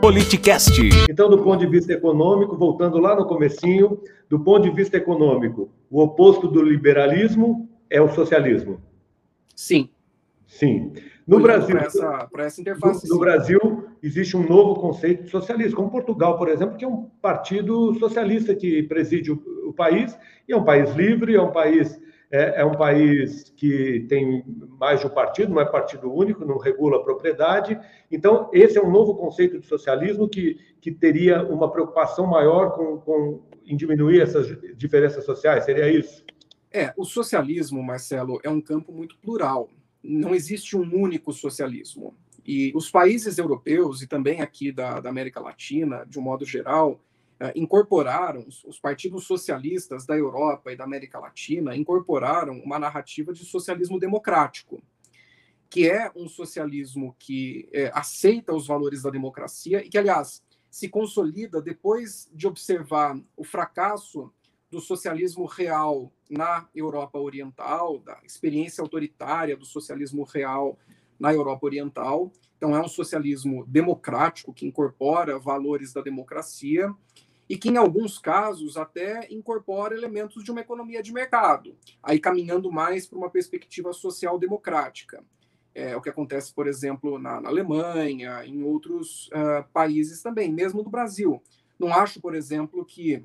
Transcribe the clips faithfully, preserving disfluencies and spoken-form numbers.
Politicast. Então, do ponto de vista econômico, voltando lá no comecinho, do ponto de vista econômico, o oposto do liberalismo é o socialismo? Sim. Sim. No Brasil, para essa, para essa interface, no, no Brasil, existe um novo conceito de socialismo, como Portugal, por exemplo, que é um partido socialista que preside o, o país, e é um país livre, é um país, é, é um país que tem mais de um partido, não é partido único, não regula a propriedade. Então, esse é um novo conceito de socialismo que, que teria uma preocupação maior com, com, em diminuir essas diferenças sociais, seria isso? É, o socialismo, Marcelo, é um campo muito plural. Não existe um único socialismo. E os países europeus, e também aqui da, da América Latina, de um modo geral, eh, incorporaram, os, os partidos socialistas da Europa e da América Latina incorporaram uma narrativa de socialismo democrático, que é um socialismo que eh, aceita os valores da democracia e que, aliás, se consolida depois de observar o fracasso do socialismo real na Europa Oriental, da experiência autoritária do socialismo real na Europa Oriental. Então, é um socialismo democrático que incorpora valores da democracia e que, em alguns casos, até incorpora elementos de uma economia de mercado, aí caminhando mais para uma perspectiva social-democrática. É o que acontece, por exemplo, na, na Alemanha, em outros uh, países também, mesmo no Brasil. Não acho, por exemplo, que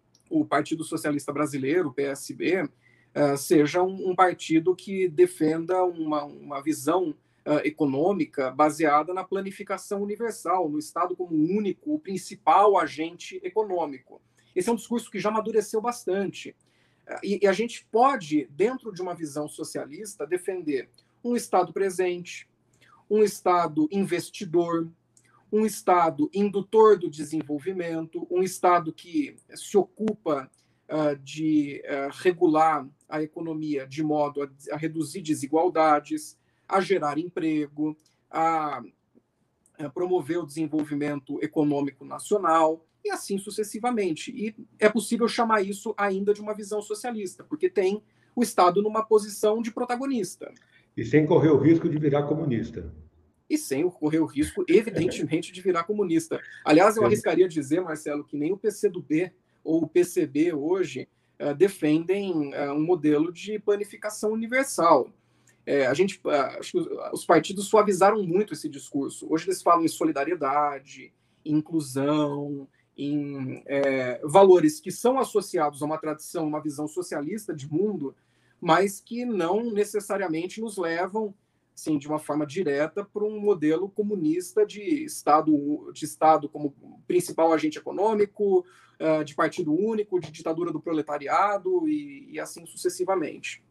o Partido Socialista Brasileiro, o P S B, uh, seja um, um partido que defenda uma, uma visão uh, econômica baseada na planificação universal, no Estado como único, o principal agente econômico. Esse é um discurso que já amadureceu bastante. Uh, e, e a gente pode, dentro de uma visão socialista, defender um Estado presente, um Estado investidor, um Estado indutor do desenvolvimento, um Estado que se ocupa uh, de uh, regular a economia de modo a, a reduzir desigualdades, a gerar emprego, a, a promover o desenvolvimento econômico nacional, e assim sucessivamente. E é possível chamar isso ainda de uma visão socialista, porque tem o Estado numa posição de protagonista. E sem correr o risco de virar comunista. E sem correr o risco, evidentemente, de virar comunista. Aliás, eu arriscaria dizer, Marcelo, que nem o P C do B ou o P C B hoje uh, defendem uh, um modelo de planificação universal. É, a gente, uh, acho que os partidos suavizaram muito esse discurso. Hoje eles falam em solidariedade, em inclusão, em é, valores que são associados a uma tradição, uma visão socialista de mundo, mas que não necessariamente nos levam, sim, de uma forma direta para um modelo comunista de Estado, de Estado como principal agente econômico, de partido único, de ditadura do proletariado e, e assim sucessivamente.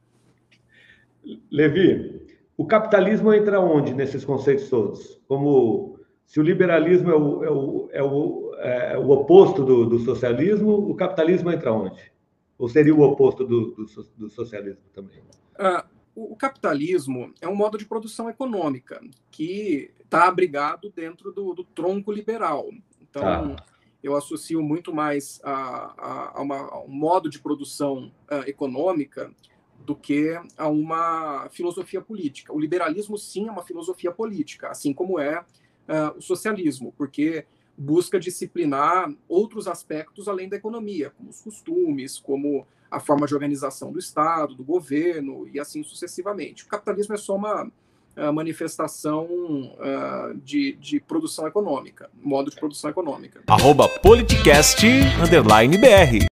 Levi, o capitalismo entra onde nesses conceitos todos? Como se o liberalismo é o, é o, é o, é o oposto do, do socialismo, o capitalismo entra onde? Ou seria o oposto do, do, do socialismo também? Uh, O capitalismo é um modo de produção econômica que está abrigado dentro do, do tronco liberal. Então, ah. eu associo muito mais a, a, a, uma, a um modo de produção uh, econômica do que a uma filosofia política. O liberalismo, sim, é uma filosofia política, assim como é uh, o socialismo, porque busca disciplinar outros aspectos além da economia, como os costumes, como a forma de organização do Estado, do governo, e assim sucessivamente. O capitalismo é só uma uh, manifestação uh, de, de produção econômica, modo de produção econômica. Arroba Politicast, underline B R.